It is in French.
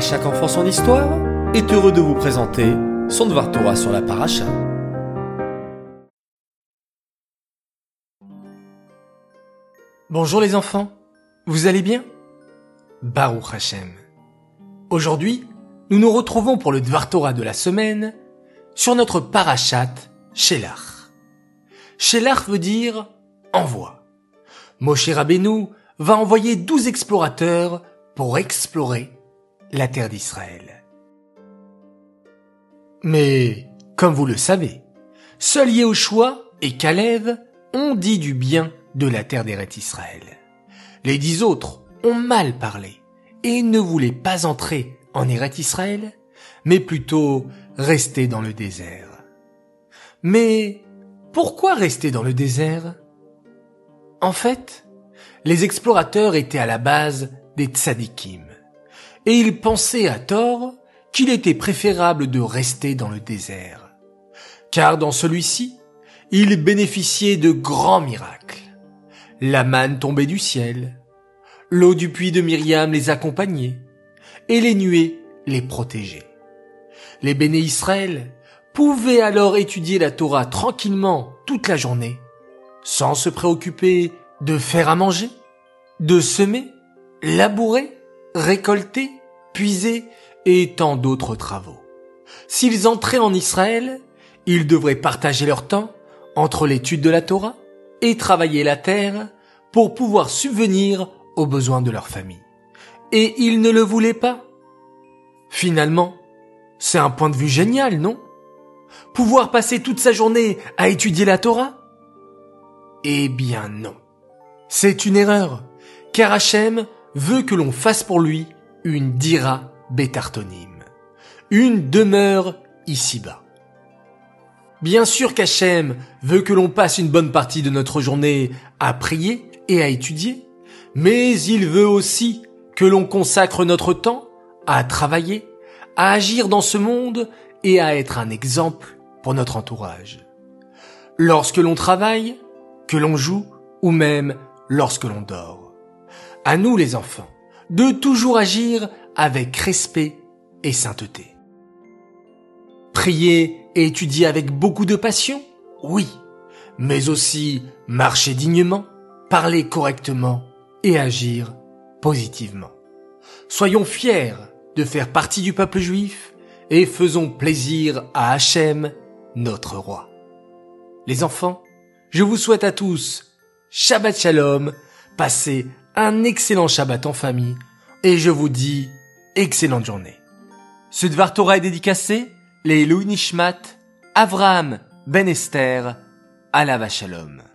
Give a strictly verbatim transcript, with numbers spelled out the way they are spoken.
chaque enfant son histoire est heureux de vous présenter son Dvar Torah sur la paracha. Bonjour les enfants, vous allez bien? Baruch Hashem. Aujourd'hui, nous nous retrouvons pour le Dvar Torah de la semaine sur notre parachat Shelach. Shelach veut dire envoi. Moshe Rabbeinu va envoyer douze explorateurs pour explorer la terre d'Israël. Mais, comme vous le savez, seuls Yehoshua et Kalev ont dit du bien de la terre d'Eretz Israël. Les dix autres ont mal parlé et ne voulaient pas entrer en Eretz Israël, mais plutôt rester dans le désert. Mais pourquoi rester dans le désert? En fait, les explorateurs étaient à la base des tzadikim, et ils pensaient à tort qu'il était préférable de rester dans le désert, car dans celui-ci, ils bénéficiaient de grands miracles. La manne tombait du ciel, l'eau du puits de Myriam les accompagnait, et les nuées les protégeaient. Les béné Israël pouvaient alors étudier la Torah tranquillement toute la journée, sans se préoccuper de faire à manger, de semer, labourer, récolter, puiser et tant d'autres travaux. S'ils entraient en Israël, ils devraient partager leur temps entre l'étude de la Torah et travailler la terre pour pouvoir subvenir aux besoins de leur famille. Et ils ne le voulaient pas. Finalement, c'est un point de vue génial, non? Pouvoir passer toute sa journée à étudier la Torah? Eh bien non. C'est une erreur, car Hachem veut que l'on fasse pour lui une dira betartonim, une demeure ici-bas. Bien sûr qu'Hachem veut que l'on passe une bonne partie de notre journée à prier et à étudier, mais il veut aussi que l'on consacre notre temps à travailler, à agir dans ce monde et à être un exemple pour notre entourage. Lorsque l'on travaille, que l'on joue ou même lorsque l'on dort. À nous les enfants, de toujours agir avec respect et sainteté. Prier et étudier avec beaucoup de passion, oui, mais aussi marcher dignement, parler correctement et agir positivement. Soyons fiers de faire partie du peuple juif et faisons plaisir à Hachem, notre roi. Les enfants, je vous souhaite à tous Shabbat Shalom, passez un excellent Shabbat en famille et je vous dis excellente journée. Ce Dvar Torah est dédicacé les Louis Nishmat, Avraham Ben Esther, Alav Shalom.